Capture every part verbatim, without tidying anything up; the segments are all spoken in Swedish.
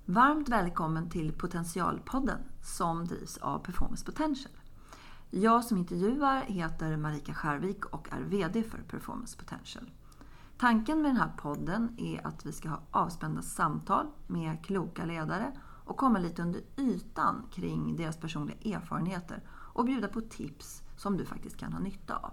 Varmt välkommen till Potentialpodden som drivs av Performance Potential. Jag som intervjuar heter Marika Skärvik och är vd för Performance Potential. Tanken med den här podden är att vi ska ha avspända samtal med kloka ledare och komma lite under ytan kring deras personliga erfarenheter och bjuda på tips som du faktiskt kan ha nytta av.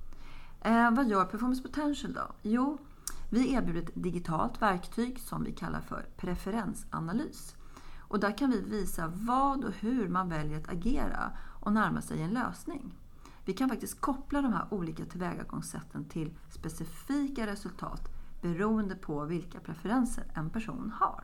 Eh, vad gör Performance Potential då? Jo, vi erbjuder ett digitalt verktyg som vi kallar för preferensanalys. Och där kan vi visa vad och hur man väljer att agera och närma sig en lösning. Vi kan faktiskt koppla de här olika tillvägagångssätten till specifika resultat beroende på vilka preferenser en person har.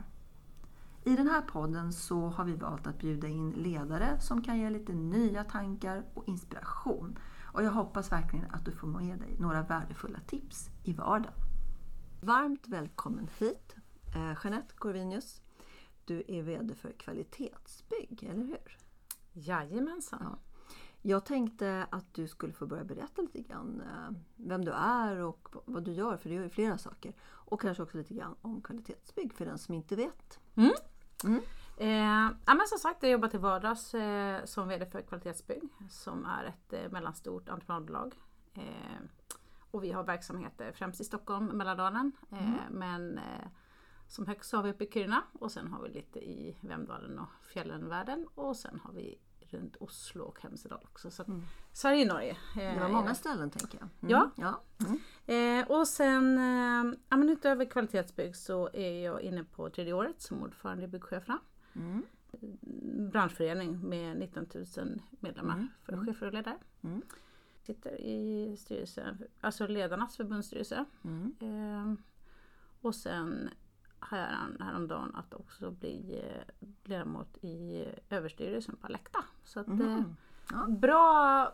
I den här podden så har vi valt att bjuda in ledare som kan ge lite nya tankar och inspiration. Och jag hoppas verkligen att du får med dig några värdefulla tips i vardagen. Varmt välkommen hit, eh, Jeanette Corvinius. Du är vd för Kvalitetsbygg, eller hur? Jajamensan. Ja. Jag tänkte att du skulle få börja berätta lite grann eh, vem du är och vad du gör, för du gör ju flera saker. Och kanske också lite grann om Kvalitetsbygg för den som inte vet. Mm. Mm. Eh, ja, men som sagt, jag jobbar till vardags eh, som vd för Kvalitetsbygg som är ett eh, mellanstort entreprenadbolag. Eh, och vi har verksamheter främst i Stockholm, Mälardalen, eh, mm. men eh, som högst har vi uppe i Kiruna och sen har vi lite i Vemdalen och Fjällenvärlden och sen har vi runt Oslo och Hemsedal också. Så mm. Sverige och Norge. Eh, det var många ställen tänker jag. Mm. Ja. ja. Mm. Eh, och sen, eh, ja, men utöver Kvalitetsbygg så är jag inne på tredje året som ordförande i Byggcheferna. Mm. Branschförening med nitton tusen medlemmar mm. för mm. chefer och ledare. Mm. Sitter i styrelsen, alltså ledarnas förbundsstyrelse. Mm. Eh, och sen har jag häromdagen att också bli eh, ledamot i överstyrelsen på Alekta. Så att mm. eh, ja. bra,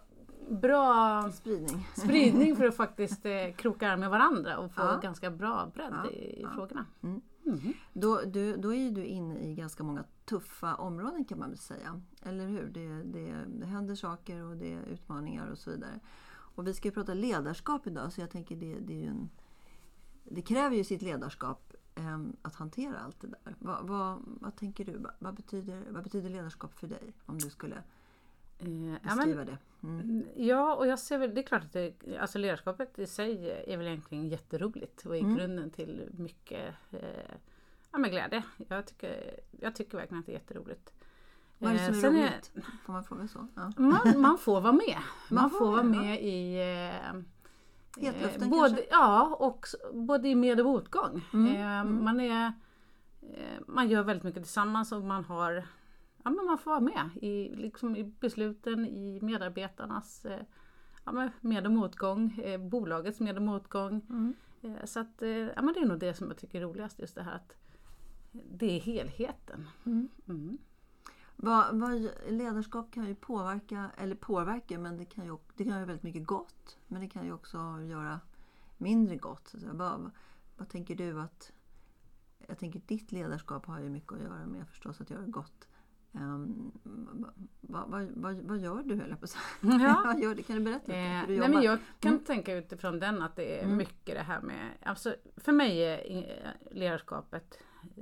bra spridning. spridning för att faktiskt eh, kroka arm med varandra och få ja. ganska bra bredd ja. i, i ja. frågorna. Mm. Mm. Då, du, då är du inne i ganska många tuffa områden kan man väl säga. Eller hur? Det, det, det händer saker och det är utmaningar och så vidare. Och vi ska ju prata ledarskap idag så jag tänker det, det, är ju en, det kräver ju sitt ledarskap eh, att hantera allt det där. Vad, vad, vad tänker du? Vad betyder, vad betyder ledarskap för dig om du skulle beskriva ja, men, det? Mm. Ja, och jag ser väl, det är klart att det, alltså ledarskapet i sig är väl egentligen jätteroligt och är mm. grunden till mycket eh, ja, med glädje. Jag tycker, jag tycker verkligen att det är jätteroligt. Vad är det som är eh, roligt? Är, får man fråga så? Ja. Man, man får vara med. Man, man får vara med, med ja. i eh, Hetluften både, kanske? Ja, och både i med- och motgång. Mm. Eh, mm. Man, är, eh, man gör väldigt mycket tillsammans och man har ja, men man får vara med i, liksom i besluten, i medarbetarnas eh, ja, men med- och motgång, eh, bolagets med- och motgång. Mm. Eh, så att, eh, ja, men det är nog det som jag tycker är roligast, just det här att det är helheten. Mm. Mm. Vad, vad, ledarskap kan ju påverka, eller påverka, men det kan ju, det kan ju väldigt mycket gott. Men det kan ju också göra mindre gott. Så vad, vad, vad tänker du att, jag tänker ditt ledarskap har ju mycket att göra med förstås att göra gott. Um, vad, vad, vad, vad gör du höll jag på att säga? Ja. Vad gör du? Kan du berätta lite? Eh, du nej, men jag kan mm. tänka utifrån den att det är mm. mycket det här med, alltså för mig är ledarskapet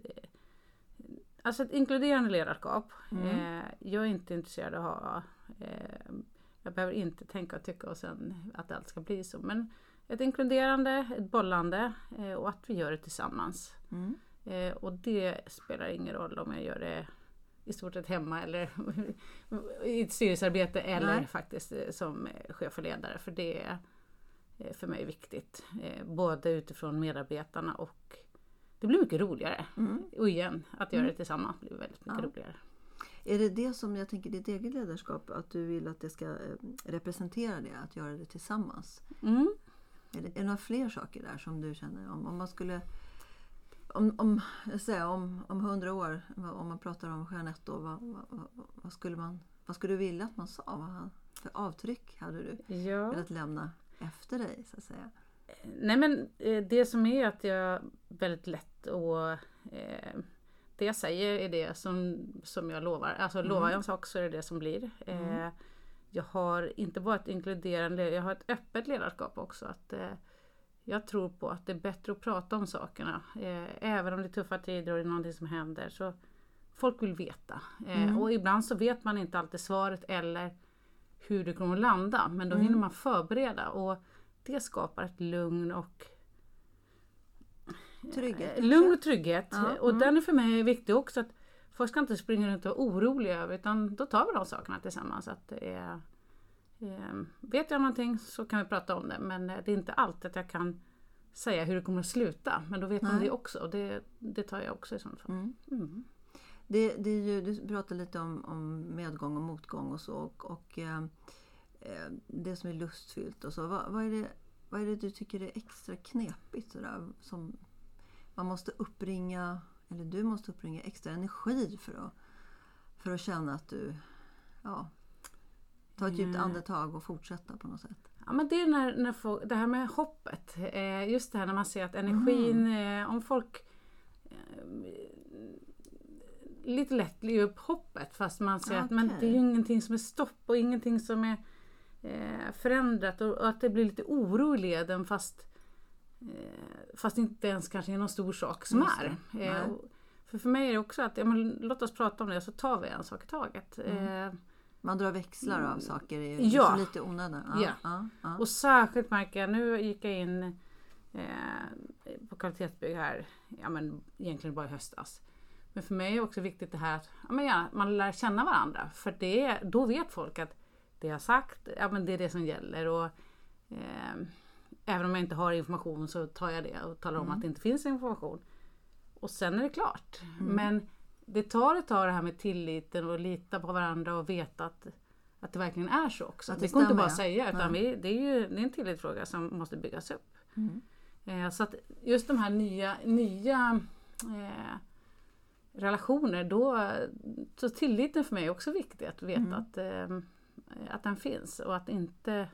alltså ett inkluderande ledarskap. Mm. Eh, jag är inte intresserad av att ha eh, jag behöver inte tänka och tycka och sen att allt ska bli så, men ett inkluderande, ett bollande eh, och att vi gör det tillsammans. Mm. Eh, och det spelar ingen roll om jag gör det i stort sett hemma eller i ett styrelsearbete eller Nej. faktiskt som chef och ledare, för det är för mig viktigt. Både utifrån medarbetarna och det blir mycket roligare. Mm. Och igen, att göra mm. det tillsammans blir väldigt mycket ja. roligare. Är det det som jag tänker ditt eget ledarskap, att du vill att det ska representera det, att göra det tillsammans? Mm. Är det, är det några fler saker där som du känner om, om man skulle Om, om, jag säger, om, om hundra år, om man pratar om Jeanette då, vad, vad, vad, skulle man, vad skulle du vilja att man sa? Vad för avtryck hade du ja. velat lämna efter dig, så att säga? Nej, men det som är att jag väldigt lätt och eh, det jag säger är det som, som jag lovar. Alltså mm. lovar jag en sak så är det det som blir. Mm. Eh, jag har inte bara ett inkluderande, jag har ett öppet ledarskap också. Att eh, jag tror på att det är bättre att prata om sakerna. Eh, även om det är tuffa tider och det är någonting som händer, så folk vill veta. Eh, Mm. och ibland så vet man inte alltid svaret eller hur det kommer att landa. Men då Mm. hinner man förbereda och det skapar ett lugn och Trygghet. eh, lugn och trygghet. Ja, Och mm. den är för mig viktig också, att folk ska inte springa runt och vara oroliga över, utan då tar vi de sakerna tillsammans. Att det är, eh, vet jag någonting så kan vi prata om det, men det är inte alltid att jag kan säga hur det kommer att sluta. Men då vet Nej. man det också, och det, det tar jag också i sånt fall. Mm. Mm. Det, det är ju, du pratar lite om, om medgång och motgång och så. Och, och eh, eh, det som är lustfyllt och så. Vad, vad, är det, vad är det du tycker är extra knepigt? Sådär, som man måste uppringa, eller du måste uppringa extra energi för att, för att känna att du ja, tar ett djupt Mm. andetag och fortsätta på något sätt. Ja, men det är när, när folk, det här med hoppet. Eh, just det här när man ser att energin, Mm. eh, om folk eh, lite lätt ger upp hoppet, fast man ser att men Okej. det är ju ingenting som är stopp och ingenting som är eh, förändrat, och, och att det blir lite oro i leden, fast eh, fast inte ens kanske är någon stor sak som Just är. det. Eh, Nej. och, för för mig är det också att ja, men, låt oss prata om det, så tar vi en sak i taget. Mm. Eh, Man drar växlar av saker i Ja. liksom lite onödan. Ja, Ja. ja, ja. Och särskilt märker jag, nu gick jag in eh, på kvalitetsbygg här, ja men egentligen bara i höstas. Men för mig är det också viktigt det här att ja, men ja, man lär känna varandra. För det är, då vet folk att det jag har sagt, ja men det är det som gäller. Och eh, även om jag inte har information så tar jag det och talar om Mm. att det inte finns information. Och sen är det klart. Mm. Men det tar ett tag det här med tilliten och lita på varandra och veta att, att det verkligen är så också. Att Det, det går inte stämmer, bara att ja. säga, utan Nej. vi, det är ju det är en tillitsfråga som måste byggas upp. Mm. Eh, så att just de här nya, nya eh, relationer, då så tilliten för mig är också viktig, att veta Mm. att, eh, att den finns och att inte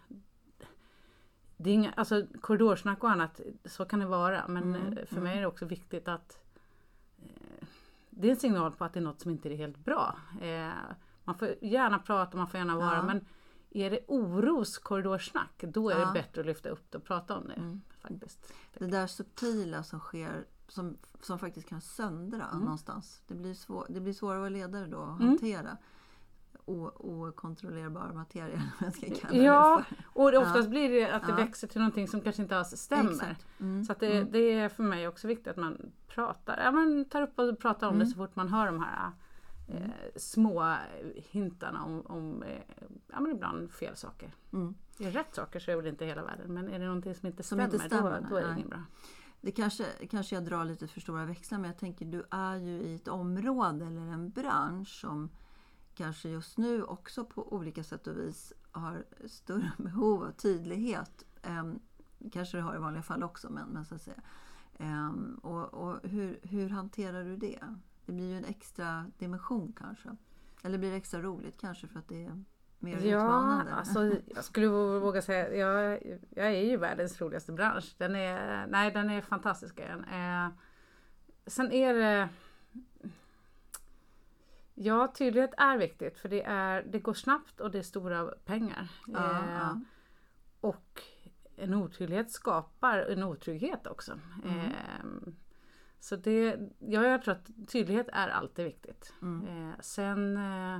det är inga, alltså korridorsnack och annat, så kan det vara, men Mm, eh, för mm. mig är det också viktigt att eh, det är en signal på att det är något som inte är helt bra. Eh, man får gärna prata, man får gärna vara, Ja. men är det oros korridorsnack, då är Ja. det bättre att lyfta upp det och prata om det. Mm. Faktiskt. Det där subtila som sker, som, som faktiskt kan söndra Mm. någonstans. Det blir, svår, det blir svårare att vara ledare då, att Mm. hantera o, okontrollerbar materia, eller vad jag ska kalla Ja, det för. och det oftast blir det att det Ja. växer till någonting som kanske inte alls stämmer. Exakt. Mm. Så att det, mm. det är för mig också viktigt att man pratar, ja, man tar upp och pratar om Mm. det så fort man hör de här eh, små hintarna om, om eh, ja, men ibland fel saker. Mm. Är det rätt saker så är det inte hela världen, men är det någonting som inte Som stämmer, inte stämmer, då, då är det nej. inget bra. Det kanske, kanske jag drar lite för stora växlar, men jag tänker du är ju i ett område eller en bransch som kanske just nu också på olika sätt och vis har större behov av tydlighet. Um, kanske det har i vanliga fall också, men, men så att säga. Um, och och hur, hur hanterar du det? Det blir ju en extra dimension kanske. Eller blir det extra roligt kanske för att det är mer Ja, utmanande? alltså, jag skulle våga säga jag, jag är ju världens roligaste bransch. Den är, nej, den är fantastisk. Eh, sen är det... Ja, tydlighet är viktigt, för det, är, det går snabbt och det är stora pengar. Ja, Eh, ja. Och en otydlighet skapar en otrygghet också. Mm. Eh, så det, ja, jag tror att tydlighet är alltid viktigt. Mm. Eh, sen... Eh,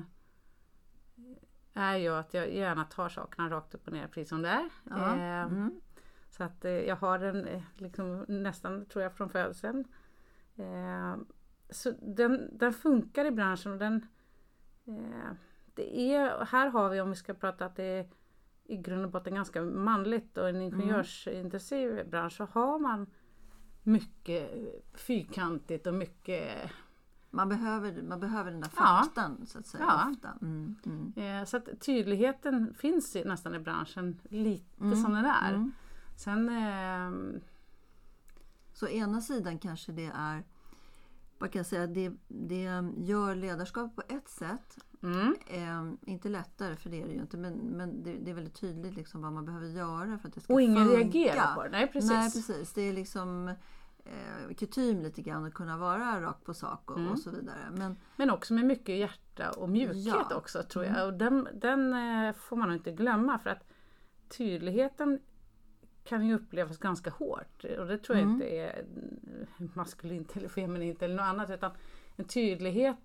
är ju att jag gärna tar sakerna rakt upp och ner precis som det är. Ja. Eh, Mm. Så att eh, jag har den eh, liksom, nästan, tror jag, från födseln. Eh, så den, den funkar i branschen. Och den, eh, det är, här har vi, om vi ska prata att det är i grund och botten ganska manligt och en ingenjörsintensiv bransch, så har man mycket fyrkantigt och mycket... Man behöver, man behöver den där Ja. faktan så att säga. Ja. Ofta. Mm. Mm. Eh, så att tydligheten finns i, nästan i branschen lite Mm. som den är. Mm. Sen, eh, Så ena sidan kanske det är, vad kan jag säga, det, det gör ledarskap på ett sätt. mm, Eh, inte lättare, för det är det ju inte, men, men det, det är väldigt tydligt liksom vad man behöver göra för att det ska och ingen funka. reagerar på det. Nej, precis. Nej, precis. Det är liksom eh, kutym lite grann att kunna vara rakt på sak och, Mm. och så vidare. Men Men också med mycket hjärta och mjukhet Ja. också, tror jag. Mm. Och den, den eh, får man nog inte glömma, för att tydligheten kan ju upplevas ganska hårt. Och det tror jag Mm. inte är maskulint eller feminint eller något annat, utan en tydlighet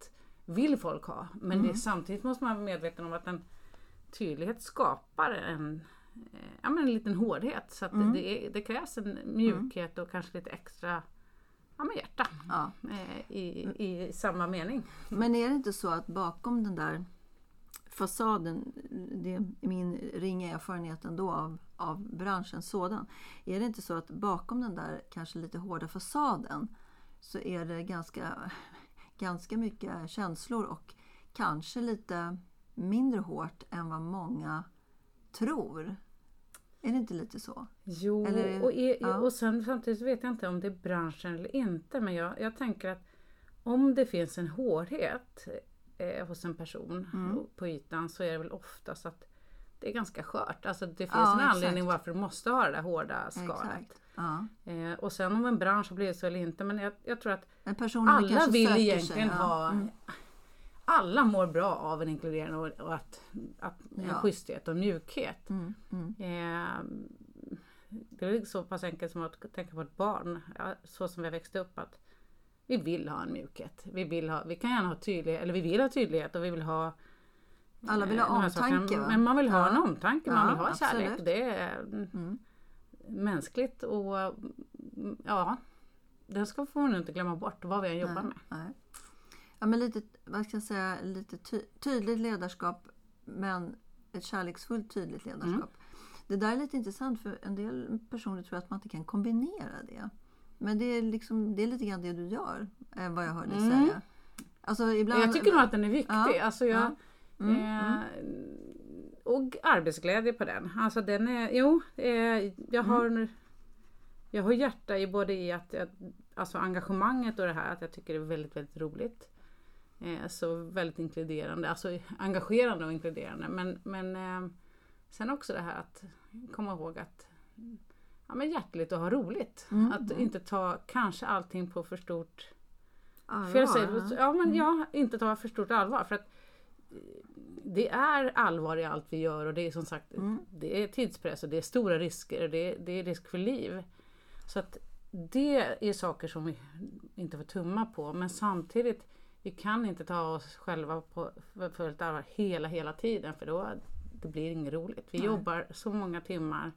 vill folk ha. Men Mm. det, samtidigt måste man vara medveten om att en tydlighet skapar en, eh, ja, men en liten hårdhet. Så att Mm. det, det, det krävs en mjukhet och kanske lite extra, ja, men hjärta Ja. eh, i, i samma mening. Men är det inte så att bakom den där fasaden, det är min ringa erfarenhet ändå av, av branschen sådan, är det inte så att bakom den där kanske lite hårda fasaden så är det ganska, ganska mycket känslor och kanske lite mindre hårt än vad många tror? Är det inte lite så? Jo, Eller- och, är, ja. och sen samtidigt vet jag inte om det är branschen eller inte, men jag, jag tänker att om det finns en hårdhet eh, hos en person Mm. på ytan, så är det väl oftast att det är ganska skört. Alltså det finns Ja, en exakt. anledning varför du måste ha det där hårda skalet. Exakt. Ja. Eh, och sen om en bransch har blivit så eller inte, men jag, jag tror att Men personerna alla kanske vill söker egentligen sig, ja. ha, Mm. alla mår bra av en inkluderande och, och att, att en Ja. schyssthet och mjukhet. Mm. Mm. Eh, det är så pass enkelt som att tänka på ett barn, ja, så som vi växte upp, att vi vill ha en mjukhet. Vi, vill ha, vi kan gärna ha tydlighet, eller vi vill ha tydlighet och vi vill ha Alla vill ha eh, de här omtanke, sakerna. va? Men man vill ha Ja. en omtanke, man Ja, vill ha kärlek. absolut. Det är Mm. mänskligt och mm, ja, det ska få man inte glömma bort vad vi än jobbar Nej, med. nej. Ja, men lite, vad ska jag säga, lite ty- tydligt ledarskap, men ett kärleksfullt tydligt ledarskap. Mm. Det där är lite intressant, för en del personer tror att man inte kan kombinera det. Men det är, liksom, det är lite grann det du gör, eh, vad jag hörde dig Mm. säga. Alltså, ibland, Jag tycker nog att den är viktig. Ja, Alltså jag, ja. Mm, eh, och arbetsglädje på den. Alltså den är, jo, eh, jag har jag har hjärta i både i att jag, alltså engagemanget och det här, att jag tycker det är väldigt, väldigt roligt. Eh, så väldigt inkluderande, alltså engagerande och inkluderande. Men, men eh, sen också det här att komma ihåg att ja, men hjärtligt och ha roligt. Mm, Att mm. inte ta kanske allting på för stort allvar, för jag säger, ja. ja, men ja, inte ta för stort allvar. För att eh, det är allvar i allt vi gör och det är som sagt Mm. det är tidspress och det är stora risker och det är, det är risk för liv. Så att det är saker som vi inte får tumma på, men samtidigt vi kan inte ta oss själva på fullt allvar hela hela tiden, för då det blir inget roligt. Vi Nej. jobbar så många timmar.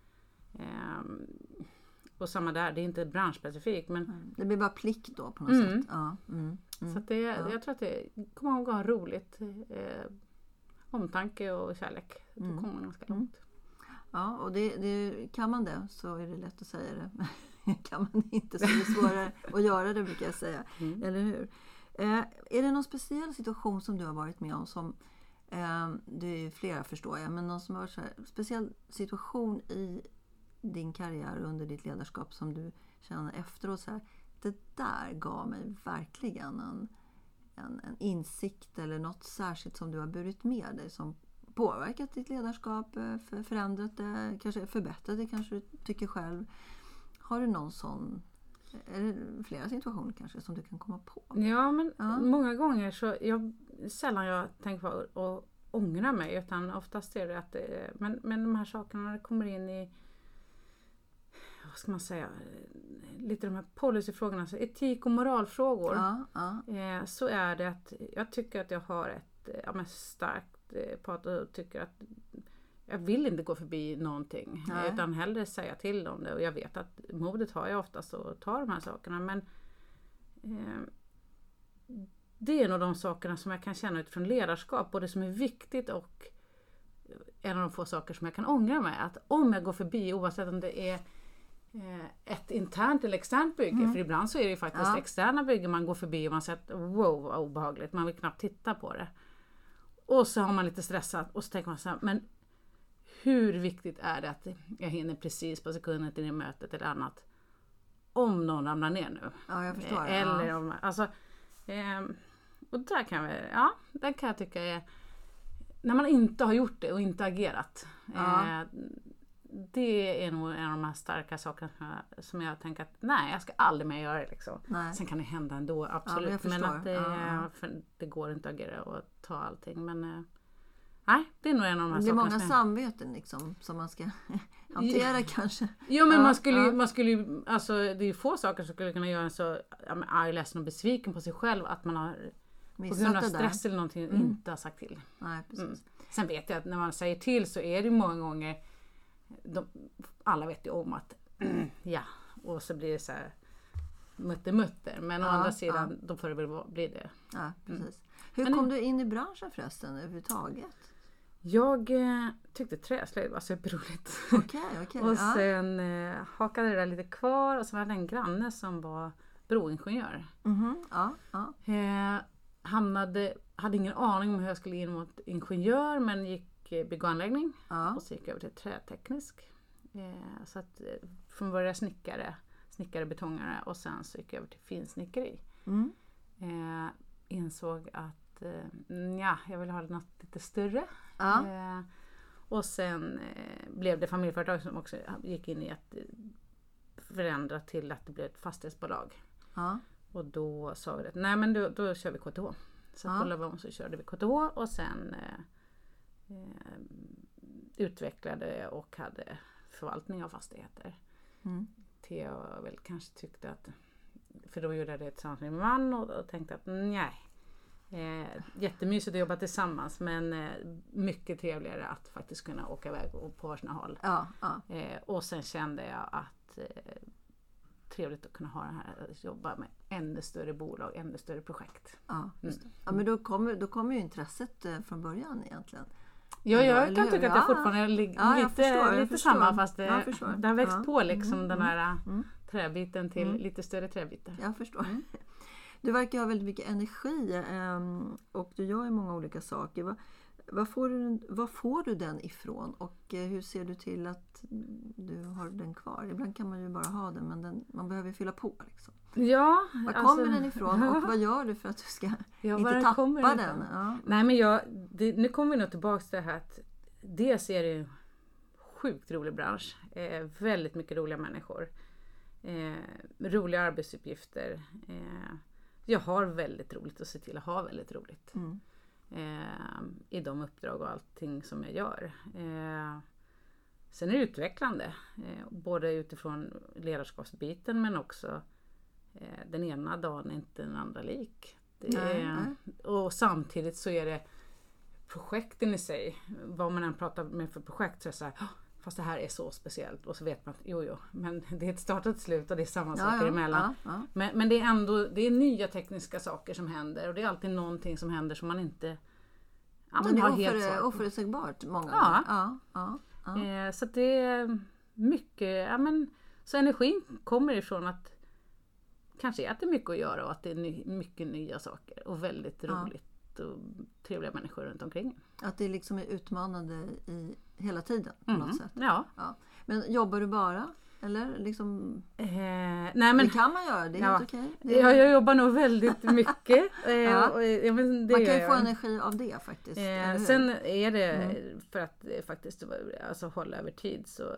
Ehm, och samma där, det är inte branschspecifikt, men Mm. Det blir bara plikt då på något Mm. sätt. Ja. Mm. Mm. så att det, Ja. jag tror att det kommer ihåg att ha roligt. Eh, omtanke och kärlek. Då Mm. kommer man ganska Mm. långt. Ja, och det, det, kan man det så är det lätt att säga det. Kan man inte så är det svårare att göra det, brukar jag säga. Mm. Eller hur? Eh, är det någon speciell situation som du har varit med om som, eh, det är flera förstår jag, men någon som har varit så här, speciell situation i din karriär under ditt ledarskap som du känner efteråt så här, det där gav mig verkligen en, en, en insikt eller något särskilt som du har burit med dig som påverkat ditt ledarskap, eh, för, förändrat det, kanske förbättrat det kanske du tycker själv. Har du någon sån, eller flera situationer kanske som du kan komma på? Ja, men Ja. många gånger så jag, sällan jag tänker på att ångra mig, utan oftast är det att det, men, men de här sakerna när det kommer in i, vad ska man säga, lite de här policyfrågorna, alltså etik- och moralfrågor. Ja, ja. Eh, så är det att jag tycker att jag har ett eh, ja, men starkt eh, prat och tycker att jag vill inte gå förbi någonting. Nej. Utan hellre säga till om det. Och jag vet att modet har jag oftast att ta de här sakerna. Men eh, det är nog de sakerna som jag kan känna utifrån ledarskap. Både som är viktigt och en av de få saker som jag kan ångra mig. Att om jag går förbi, oavsett om det är eh, ett internt eller externt bygge. Mm. För ibland så är det ju faktiskt Ja. externa byggen man går förbi och man säger att wow vad obehagligt. Man vill knappt titta på det. Och så har man lite stressat och så tänker man så här, men hur viktigt är det att jag hinner precis på sekunden till det mötet eller annat? Om någon ramlar ner nu. Ja, jag förstår. Eller ja. om, alltså, ehm, och där kan vi, ja, där kan jag tycka är, när man inte har gjort det och inte agerat. Ja. Eh, det är nog en av de här starka sakerna som jag, som jag tänker att nej, jag ska aldrig mer göra det liksom. Nej. Sen kan det hända ändå, Ja, absolut. men jag men förstår. att det, Ja, ja. För det går inte att agera och ta allting. Men eh, nej, det är nog en av de här Det är sakerna. många som jag- samveten liksom, som man ska hantera kanske. Jo men Ja, man skulle ju, ja. man skulle ju, alltså det är ju få saker som skulle kunna göra en så ja, men arg, ledsen och besviken på sig själv att man har på grund av stress eller någonting mm. inte har sagt till. Nej, precis. Mm. Sen vet jag att när man säger till så är det många gånger, de, alla vet ju om att ja, och så blir det så här mutter mutter. Men ja, å andra sidan, ja. Då får det väl bli det. Ja, precis. Mm. Hur men kom det, du in i branschen förresten överhuvudtaget? Jag eh, tyckte träslöjd var superroligt. Okej, okay, okay, och sen eh, hakade det där lite kvar och så var det en granne som var broingenjör. Mm-hmm. Ja, ja. Eh, hamnade, hade ingen aning om hur jag skulle in mot ingenjör men gick eh, bygg och anläggning ja. Och så gick jag över till träteknisk. Eh, så att eh, från början snickare, snickare betongare och sen så gick jag över till finsnickeri. Mm. Eh, insåg att eh, ja, jag ville ha något lite större. Ja. Eh, och sen eh, blev det familjeföretag som också gick in i att eh, förändra till att det blev ett fastighetsbolag. Ja. Och då sa vi att nej men då, då kör vi K T H. Så ja. På Löfven så körde vi K T H och sen eh, eh, utvecklade och hade förvaltning av fastigheter. Mm. Till jag väl kanske tyckte att, för då gjorde jag det tillsammans med min man och, och tänkte att nej. Eh, jättemysigt att jobba tillsammans men eh, mycket trevligare att faktiskt kunna åka iväg och på varsina håll. Ja, ja. Eh, och sen kände jag att eh, trevligt att kunna ha det här att jobba med ännu större bolag, ännu större projekt. Ja, just det. Mm. Ja men då kommer, då kommer ju intresset eh, från början egentligen. Ja, jag Ändå, kan tycka att jag fortfarande är li- ja, lite, förstår, lite samma fast det, det har växt ja. På liksom mm, den här mm. träbiten till mm. lite större träbitar. Jag förstår. Mm. Du verkar ha väldigt mycket energi och du gör många olika saker. Var, var, får du, var får du den ifrån och hur ser du till att du har den kvar? Ibland kan man ju bara ha den men den, man behöver fylla på. Liksom. Ja, var kommer alltså, den ifrån och vad gör du för att du ska ja, inte tappa den? Ja. Nej men jag, det, nu kommer vi nog tillbaka till det här att dels är det en sjukt rolig bransch. Eh, väldigt mycket roliga människor. Eh, roliga arbetsuppgifter. Eh, Jag har väldigt roligt att se till att ha väldigt roligt mm. eh, i de uppdrag och allting som jag gör. Eh, sen är det utvecklande, eh, både utifrån ledarskapsbiten men också eh, den ena dagen är inte den andra lik. Det nej, är, nej. Och samtidigt så är det projekten i sig, vad man än pratar med för projekt så är det så här, fast det här är så speciellt. Och så vet man att jo, jo, men det är ett start och ett slut och det är samma ja, saker ja, emellan. Ja, ja. Men, men det är ändå det är nya tekniska saker som händer. Och det är alltid någonting som händer som man inte ja, men det har helt offer, oförutsägbart många ja. gånger. Ja, ja, ja. Eh, så det är mycket, ja men så energin kommer ifrån att kanske att det är mycket att göra och att det är ny, mycket nya saker och väldigt roligt. Ja. Och trevliga människor runt omkring. Att det liksom är utmanande i hela tiden på mm. något sätt. Ja. Ja. Men jobbar du bara? Eller liksom... Eh, nej men, det kan man göra, det är ja. inte okej. Okay. Är... Ja, jag jobbar nog väldigt mycket. eh, ja. och, ja, men det man kan ju jag. få energi av det faktiskt. Eh, sen är det mm. för att faktiskt alltså, hålla över tid så,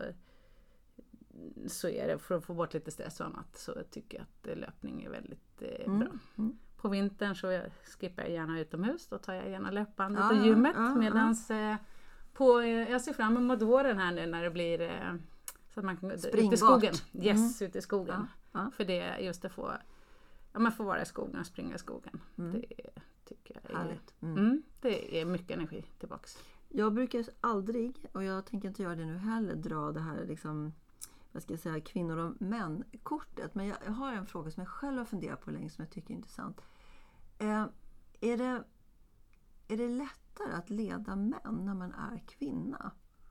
så är det för att få bort lite stress och annat så tycker jag att löpning är väldigt eh, mm. bra. Mm. På vintern så skippar jag gärna utomhus. Då tar jag gärna löpbandet ja, och gymmet. Ja, medans ja. Eh, på, eh, jag ser fram emot våren här nu när det blir eh, så att man kan gå ut i skogen. Yes, mm. ut i skogen. Ja, ja. För det är just att få, ja, man får vara i skogen och springa i skogen. Mm. Det tycker jag är, mm. Mm, det är mycket energi tillbaks. Jag brukar aldrig, och jag tänker inte göra det nu heller, dra det här liksom, vad ska jag säga, kvinnor och män kortet. Men jag, jag har en fråga som jag själv har funderat på länge som jag tycker är intressant. Eh, är, det, är det lättare att leda män när man är kvinna?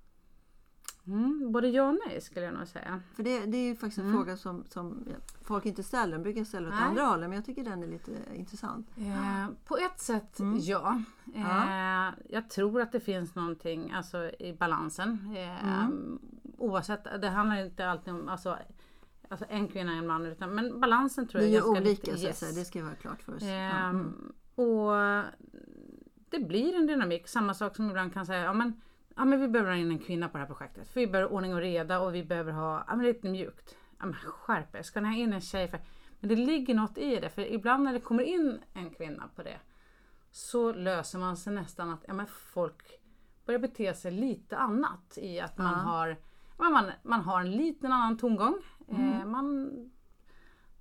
Mm, både ja och nej skulle jag nog säga. För det, det är ju faktiskt en mm. fråga som, som ja, folk inte ställer. De brukar ställa åt nej. andra hållet, men jag tycker den är lite intressant. Eh, på ett sätt mm. ja. Eh, ja. Jag tror att det finns någonting alltså, i balansen. Eh, mm. Oavsett, det handlar inte alltid om alltså, alltså en kvinna och en man, utan, men balansen tror jag är ganska olika, viktig. Yes. Så det ska vara klart för oss. Eh, mm. Och det blir en dynamik. Samma sak som ibland kan säga, ja men Ja, men vi behöver ha in en kvinna på det här projektet. För vi behöver ordning och reda och vi behöver ha ja, men lite mjukt. Ja, men skärp er. Ska ni ha in en tjej? För... Men det ligger något i det. För ibland när det kommer in en kvinna på det så löser man sig nästan att ja, men folk börjar bete sig lite annat. I att man, ja. har, ja, man, man har en liten annan tongång. Mm. Eh, man,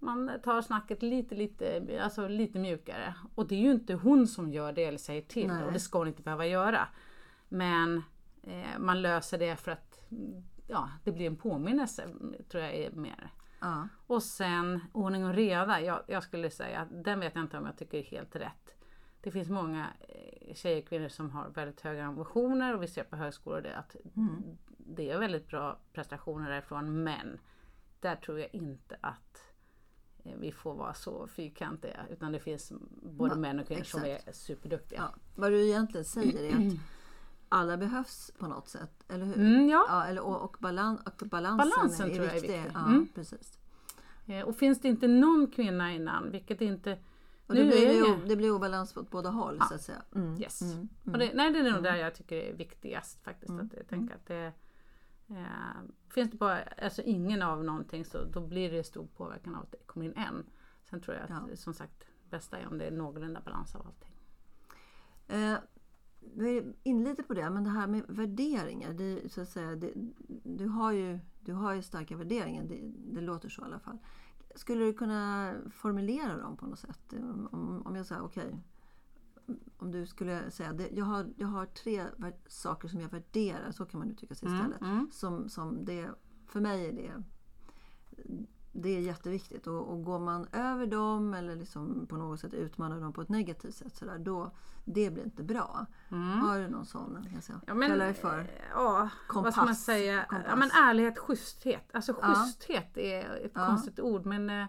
man tar snacket lite, lite, alltså lite mjukare. Och det är ju inte hon som gör det eller säger till. Nej. Och det ska hon inte behöva göra. Men eh, man löser det för att ja, det blir en påminnelse, tror jag är mer. Ja. Och sen ordning och reda. Jag, jag skulle säga att den vet jag inte om jag tycker är helt rätt. Det finns många tjejer och kvinnor som har väldigt höga ambitioner. Och vi ser på högskolor det att mm. det är väldigt bra prestationer därifrån. Men där tror jag inte att vi får vara så fyrkantiga. Utan det finns både ja, män och kvinnor exakt. Som är superduktiga. Ja. Vad du egentligen säger är att alla behövs på något sätt, eller hur? Mm, ja. Ja, eller, och, och, balans, och balansen, balansen är, tror är jag viktig. är viktig. Ja, mm. precis. Och finns det inte någon kvinna innan, vilket inte... Och det, blir ju, det blir obalans åt båda håll, ja. Så att säga. Mm. Yes. Mm. Och det, nej, det är nog mm. där jag tycker det är viktigast faktiskt. Mm. Att jag tänker att det eh, finns det bara alltså ingen av någonting, så då blir det stor påverkan av att det kommer in en. Sen tror jag att ja. Som sagt bästa är om det är någorlunda balans av allting. Eh, vi är in lite på det, men det här med värderingar, det, så att säga, det, du, har ju, du har ju starka värderingar, det, det låter så i alla fall. Skulle du kunna formulera dem på något sätt? Om, om jag säger okej, okay, om du skulle säga det, jag, har, jag har tre saker som jag värderar, så kan man uttrycka sig istället. Mm, mm. Som, som det, för mig är det det är jätteviktigt, och, och går man över dem eller liksom på något sätt utmanar dem på ett negativt sätt så där, då det blir inte bra. Mm. Har du någon sån, kan jag säga? Ja, men, kallar det för ja, kompass, vad ska man säga? Ja, men ärlighet, schyssthet. Alltså schyssthet ja. Är ett ja. Konstigt ord, men eh,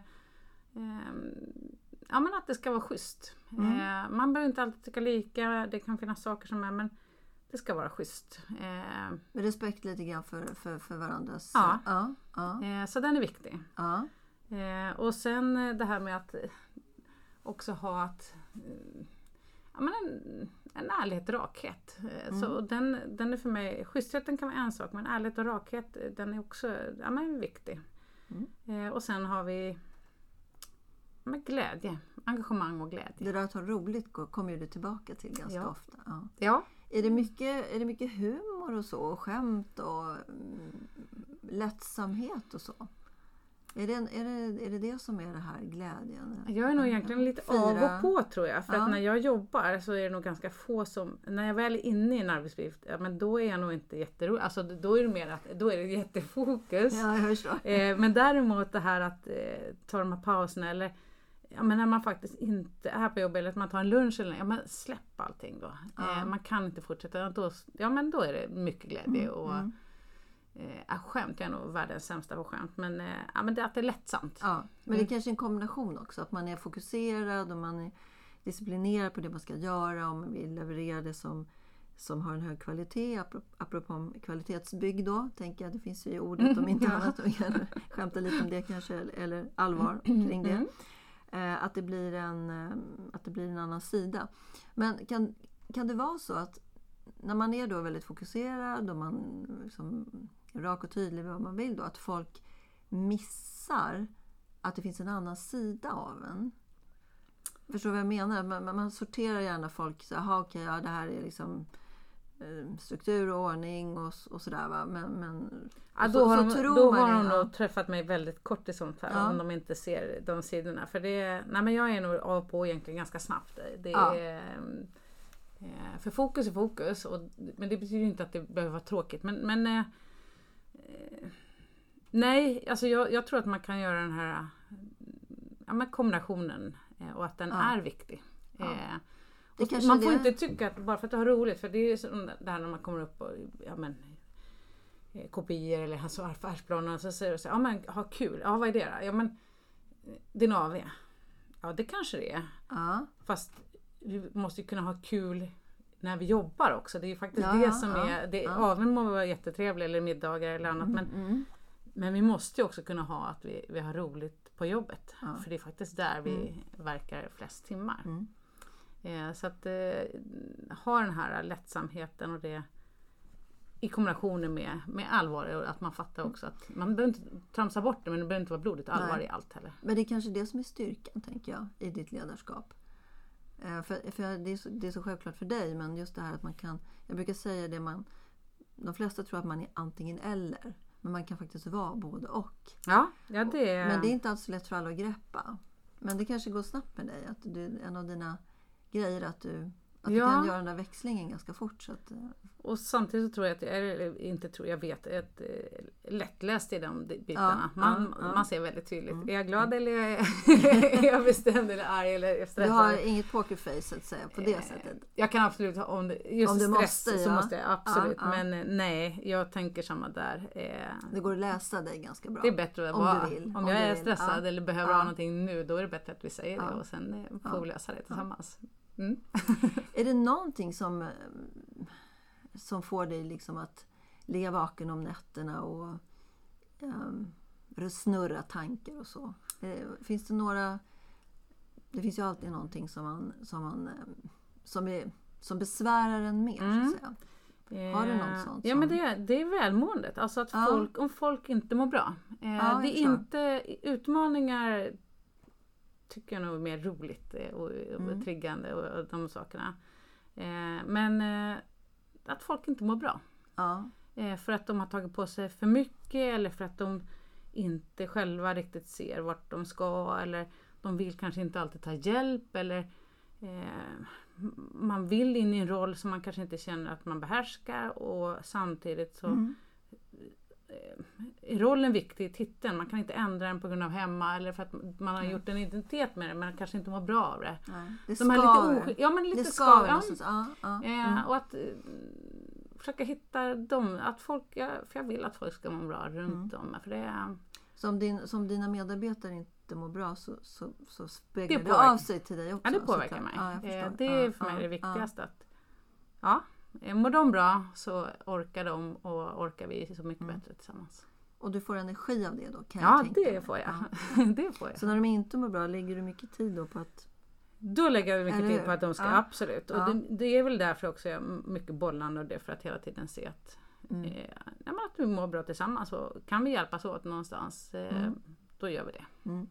ja, men att det ska vara schysst. Mm. Eh, man behöver inte alltid tycka lika, det kan finnas saker som är, men det ska vara schysst. Eh, Med respekt lite grann för, för, för varandras... Ja, ja, ja. Eh, så den är viktig. Ja. Eh, och sen det här med att också ha att, eh, ja, men en, en ärlighet och rakhet. Eh, mm. Så den, den är för mig, schystheten kan vara en sak, men ärlighet och rakhet, den är också ja, men viktig. Mm. Eh, och sen har vi med glädje, engagemang och glädje. Det där att ha roligt kommer ju du tillbaka till ganska ja. Ofta. Ja. Ja. Är det mycket, är det mycket humor och så, och skämt och mm, lättsamhet och så? Är det, är, det, är det det som är det här glädjen? Jag är nog egentligen lite Fyra. Av och på, tror jag. För ja. Att när jag jobbar så är det nog ganska få som... När jag väl är inne i en arbetsuppgift, ja, men då är jag nog inte jätterolig. Alltså då är det mer att då är det jättefokus. Ja, jag förstår. Eh, men däremot det här att eh, ta de här pauserna, eller ja, men när man faktiskt inte är på jobbet, eller att man tar en lunch, eller ja, men släpp allting då. Ja. Eh, man kan inte fortsätta. Då, ja, men då är det mycket glädje. Mm, och mm. Eh, skämt, jag är nog världens sämsta på skämt, men, eh, ja, men det, att det är lättsamt. Ja, men mm. det är kanske en kombination också, att man är fokuserad och man är disciplinerad på det man ska göra, och man vill leverera det som, som har en hög kvalitet, apropå kvalitetsbygg då, tänker jag, det finns ju i ordet om inte annat, och gärna skämta lite om det kanske, eller allvar kring det. Eh, att, det blir en, att det blir en annan sida. Men kan, kan det vara så att när man är då väldigt fokuserad och man liksom rak och tydlig med vad man vill då, att folk missar att det finns en annan sida av en? Förstår du vad jag menar? Man, man sorterar gärna folk så här, okej, ja, det här är liksom eh, struktur och ordning och, och sådär, va? Men, men ja, då så, har så de, tror då man har det, de ja. nog träffat mig väldigt kort i sånt här, ja. Om de inte ser de sidorna. För det, nej, men jag är nog av på egentligen ganska snabbt. Det ja. är... För fokus är fokus, och, men det betyder inte att det behöver vara tråkigt. Men, men eh, nej, alltså jag, jag tror att man kan göra den här ja, men kombinationen, eh, och att den ja. Är viktig. Ja. Eh, det man får det... inte tycka att bara för att det har roligt, för det är ju det här när man kommer upp och ja, men, eh, kopior eller alltså affärsplaner, så säger du så, ja men ha kul, ja vad är det då? Ja men din A V, ja det kanske det är. Ja. Fast vi måste ju kunna ha kul när vi jobbar också. Det är ju faktiskt ja, det som ja, är... Det, ja. Aven må vara jättetrevlig, eller middagar eller annat. Mm, men, mm. men vi måste ju också kunna ha att vi, vi har roligt på jobbet. Ja. För det är faktiskt där vi mm. verkar flest timmar. Mm. Eh, så att eh, ha den här lättsamheten och det i kombination med, med allvar. Och att man fattar också att man behöver inte tramsa bort det, men det behöver inte vara blodigt allvar. Nej. I allt heller. Men det är kanske det som är styrkan, tänker jag, i ditt ledarskap. För, för det, är så, det är så självklart för dig, men just det här att man kan, jag brukar säga det, man, de flesta tror att man är antingen eller, Men man kan faktiskt vara både och. Ja, ja det... Men det är inte alls lätt för alla att greppa. Men det kanske går snabbt med dig. Att du, en av dina grejer att du, att ja. du kan göra den där växlingen ganska fort. Så att, och samtidigt så tror jag att jag är, inte tror jag vet, ett lättläst i de bitarna. Ja, man, ja, ja. man ser väldigt tydligt. Mm. Är jag glad eller är jag, är jag bestämd eller arg eller är jag stressad? Du har inget pokerface så att säga på det eh, sättet. Jag kan absolut ha, om det, just om du stress måste, så ja. måste jag absolut. Ja, ja. Men nej, jag tänker samma där. Eh, det går att läsa dig ganska bra. Det är bättre att om vara. Du vill, om, om jag du är vill. stressad ja. eller behöver ja. ha någonting nu, då är det bättre att vi säger ja. det och sen eh, får ja. vi lösa det tillsammans. Mm. Är det någonting som, som får dig liksom att ligga vaken om nätterna och um, snurra tankar och så? Finns det några... Det finns ju alltid någonting som man, som man som, är, som besvärar en mer, mm. så att säga. Har du något sånt? Ja, som... men det är, det är välmåendet. Alltså att ja. folk, om folk inte mår bra. Eh, ja, det är inte utmaningar, tycker jag nog är mer roligt och, och mm. triggande och, och de sakerna. Eh, men eh, att folk inte mår bra. Ja. Eh, för att de har tagit på sig för mycket eller för att de inte själva riktigt ser vart de ska eller de vill kanske inte alltid ta hjälp eller eh, man vill in i en roll som man kanske inte känner att man behärskar och samtidigt så mm. är rollen viktig i titeln. Man kan inte ändra den på grund av hemma eller för att man har mm. gjort en identitet med det men kanske inte mår bra av det. Nej, det De här lite osk- ja, men lite det skaver. Ja. Ja, ja. Mm. Eh, och att eh, försöka hitta dem, att folk, ja, för jag vill att folk ska må bra runt mm. om. För det är, så om, din, som dina medarbetare inte mår bra så, så, så speglar det, det av sig till dig också. Ja, det påverkar mig. Ja, eh, det är för mig ja, det viktigaste. Ja. Att, ja, mår de bra så orkar de och orkar vi så mycket mm. bättre tillsammans. Och du får energi av det då? Kan ja, jag tänka det mig. får jag. Ja. det får jag. Så när de inte mår bra, lägger du mycket tid då på att... Då lägger jag mycket Eller, tid på att de ska, ja. absolut. Och ja. det, det är väl därför också jag mycket bollande och det för att hela tiden se att, mm. eh, ja, att vi mår bra tillsammans och kan vi hjälpas åt någonstans, eh, mm. då gör vi det. Mm.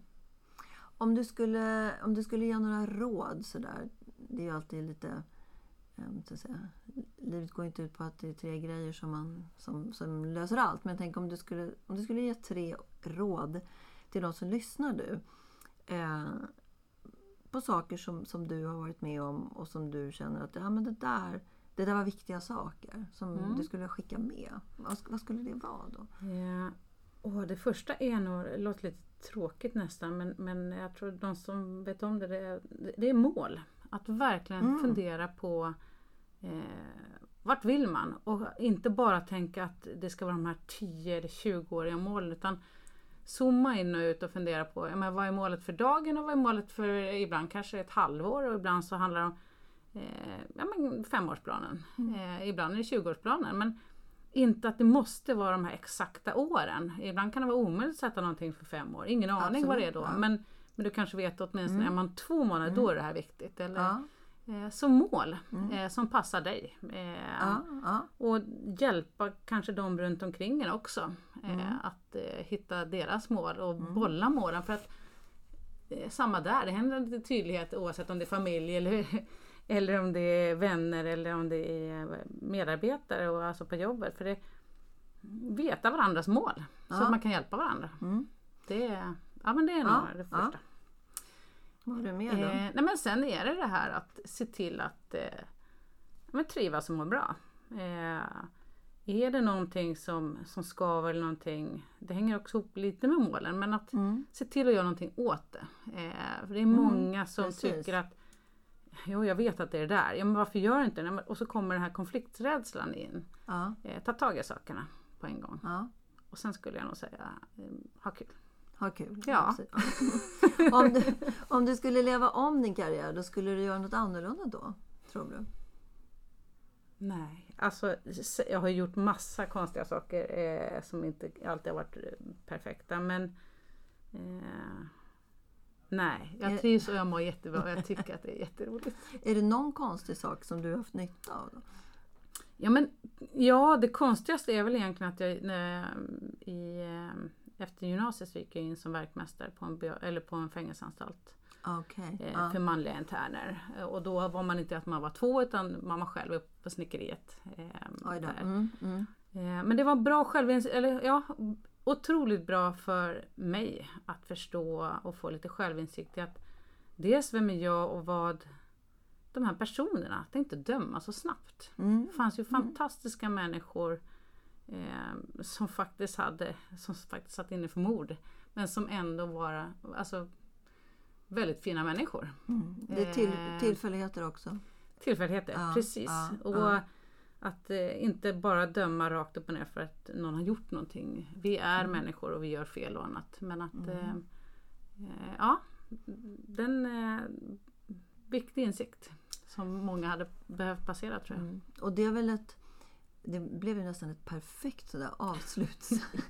Om du skulle, om du skulle ge några råd sådär, det är ju alltid lite, um, så att säga, livet går inte ut på att det är tre grejer som, man, som, som löser allt, men tänk om du skulle, om du skulle ge tre råd till de som lyssnar du, eh, på saker som, som du har varit med om och som du känner att ja, men det, där, det där var viktiga saker som mm. du skulle skicka med. Vad, vad skulle det vara då? Ja. Oh, det första är nog, det låter lite tråkigt nästan, men, men jag tror de som vet om det, det är, det är mål. Att verkligen mm. fundera på eh, vart vill man? Och inte bara tänka att det ska vara de här tio eller tjugo-åriga målen, utan zooma in och ut och fundera på ja, men vad är målet för dagen och vad är målet för ibland kanske ett halvår och ibland så handlar det om eh, ja, men femårsplanen. Mm. Eh, ibland är det tjugoårsplanen, men inte att det måste vara de här exakta åren. Ibland kan det vara omöjligt att sätta någonting för fem år. Ingen aning Absolut, vad det är då. Ja. Men, men du kanske vet åtminstone, mm. är man två månader mm. då är det här viktigt. Eller, ja. eh, som mål mm. eh, som passar dig. Eh, ja, ja. Och hjälpa kanske de runt omkring er också. Eh, mm. Att eh, hitta deras mål och mm. bolla målen. För att eh, samma där, det händer lite tydlighet oavsett om det är familj eller eller om det är vänner eller om det är medarbetare och alltså på jobbet. För det veta varandras mål. Ja. Så att man kan hjälpa varandra. Mm. Det, är, ja, men det är nog ja. det första. Ja. Vad är det mer då? Eh, nej, men sen är det det här att se till att eh, men trivas och må bra. Eh, är det någonting som, som skaver eller någonting, det hänger också ihop lite med målen, men att mm. se till att göra någonting åt det. Eh, för det är många mm. som Precis. tycker att jo, jag vet att det är det där. Ja, men varför gör jag inte det? Och så kommer den här konflikträdslan in. Ja. Eh, ta tag i sakerna på en gång. Ja. Och sen skulle jag nog säga, eh, ha kul. Ha kul. Ja. om, du, om du skulle leva om din karriär, då skulle du göra något annorlunda då, tror du? Nej, alltså jag har gjort massa konstiga saker eh, som inte alltid har varit perfekta. Men eh, nej, jag trivs och jag mår jättebra och jag tycker att det är jätteroligt. Är det någon konstig sak som du har haft nytta av då? Ja, men ja, det konstigaste är väl egentligen att jag när, i, efter gymnasiet så gick jag in som verkmästare på en, eller på en fängelseanstalt. Okay. eh, ah. för manliga interner. Och då var man inte att man var två utan man var själv uppe på snickeriet. Eh, Oj då. Mm, mm. Eh, men det var bra självinsikt, eller ja, otroligt bra för mig att förstå och få lite självinsikt i att dels vem är jag och vad de här personerna, att inte döma så snabbt. Mm. Det fanns ju fantastiska mm. människor eh, som faktiskt hade, som faktiskt satt inne för mord, men som ändå var alltså, väldigt fina människor. Mm. Det är till, tillfälligheter också. Tillfälligheter, ja, precis. Ja, och ja. att eh, inte bara döma rakt upp och ner för att någon har gjort någonting. Vi är mm. människor och vi gör fel och annat. Men att, mm. eh, eh, ja, den eh, viktig insikt som många hade behövt passera, tror jag. Mm. Och det är väl ett, det blev ju nästan ett perfekt sådär avsluts,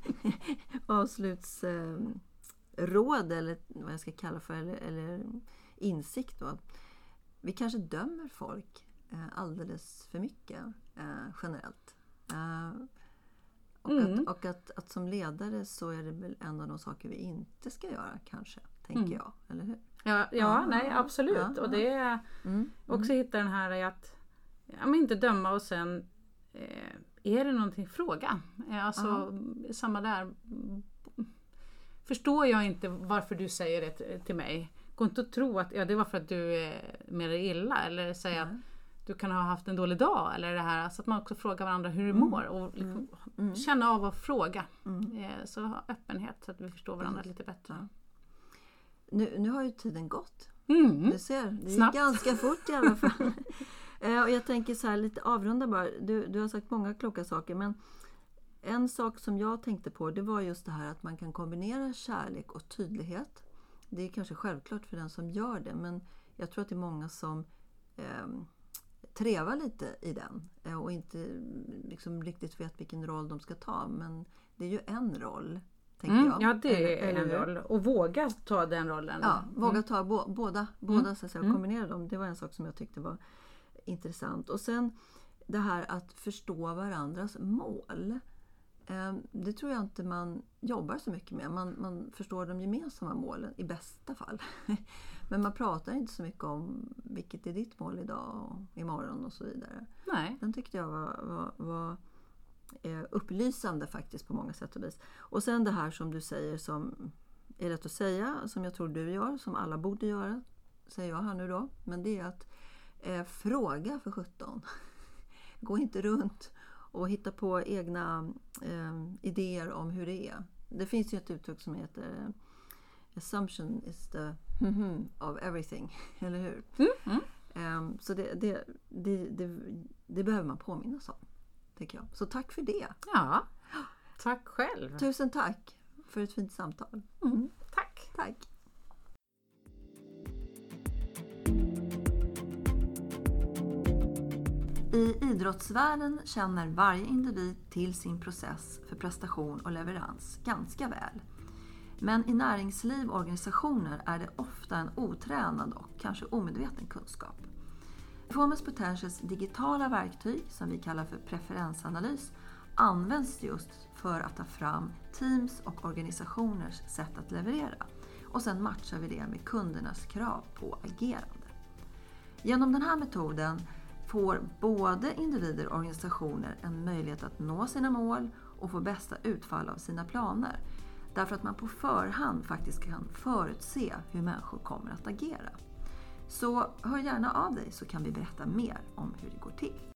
avsluts eh, råd eller vad jag ska kalla för, eller, eller insikt då. Vi kanske dömer folk eh, alldeles för mycket eh, generellt. Eh, och mm. att, och att, att som ledare så är det väl en av de saker vi inte ska göra kanske, tänker mm. jag, eller hur? Ja, ja, ja nej absolut. Ja, och det är mm. också hitta den här i att ja, men inte döma och sen eh, är det någonting, fråga. Alltså ja. Samma där. Förstår jag inte varför du säger det till mig. Gå inte att tro att ja, det var för att du är med dig illa. Eller säga mm. att du kan ha haft en dålig dag. Eller det här. Så att man också frågar varandra hur du mår. Och liksom mm. känna av att fråga. Mm. Så ha öppenhet så att vi förstår varandra mm. lite bättre. Nu, nu har ju tiden gått. Mm. Du ser, det gick ganska fort i alla fall. Och jag tänker så här lite avrunda bara. Du, du har sagt många kloka saker. Men en sak som jag tänkte på, det var just det här att man kan kombinera kärlek och tydlighet. Det är kanske självklart för den som gör det, men jag tror att det är många som eh, trevar lite i den eh, och inte liksom riktigt vet vilken roll de ska ta. Men det är ju en roll, tänker mm, jag. Ja, det är eller, en eller roll. Och våga ta den rollen. Ja, mm. våga ta bo, båda, båda mm. så att säga, och kombinera dem. Det var en sak som jag tyckte var intressant. Och sen det här att förstå varandras mål. Det tror jag inte man jobbar så mycket med. Man, man förstår de gemensamma målen i bästa fall. Men man pratar inte så mycket om vilket är ditt mål idag och imorgon och så vidare. Nej. Den tyckte jag var, var, var upplysande faktiskt på många sätt och vis. Och sen det här som du säger som är lätt att säga, som jag tror du gör, som alla borde göra, säger jag här nu då. Men det är att eh, fråga för sjutton. Gå inte runt och hitta på egna eh, idéer om hur det är. Det finns ju ett uttryck som heter assumption is the of everything, eller hur? Mm, mm. Um, så det, det, det, det, det behöver man påminnas om, tycker jag. Så tack för det. Ja, tack själv. Tusen tack för ett fint samtal. Mm. Tack. Tack. I idrottsvärlden känner varje individ till sin process för prestation och leverans ganska väl. Men i näringsliv och organisationer är det ofta en otränad och kanske omedveten kunskap. Performance Potentials digitala verktyg, som vi kallar för preferensanalys, används just för att ta fram teams och organisationers sätt att leverera. Och sen matchar vi det med kundernas krav på agerande. Genom den här metoden får både individer och organisationer en möjlighet att nå sina mål och få bästa utfall av sina planer. Därför att man på förhand faktiskt kan förutse hur människor kommer att agera. Så hör gärna av dig så kan vi berätta mer om hur det går till.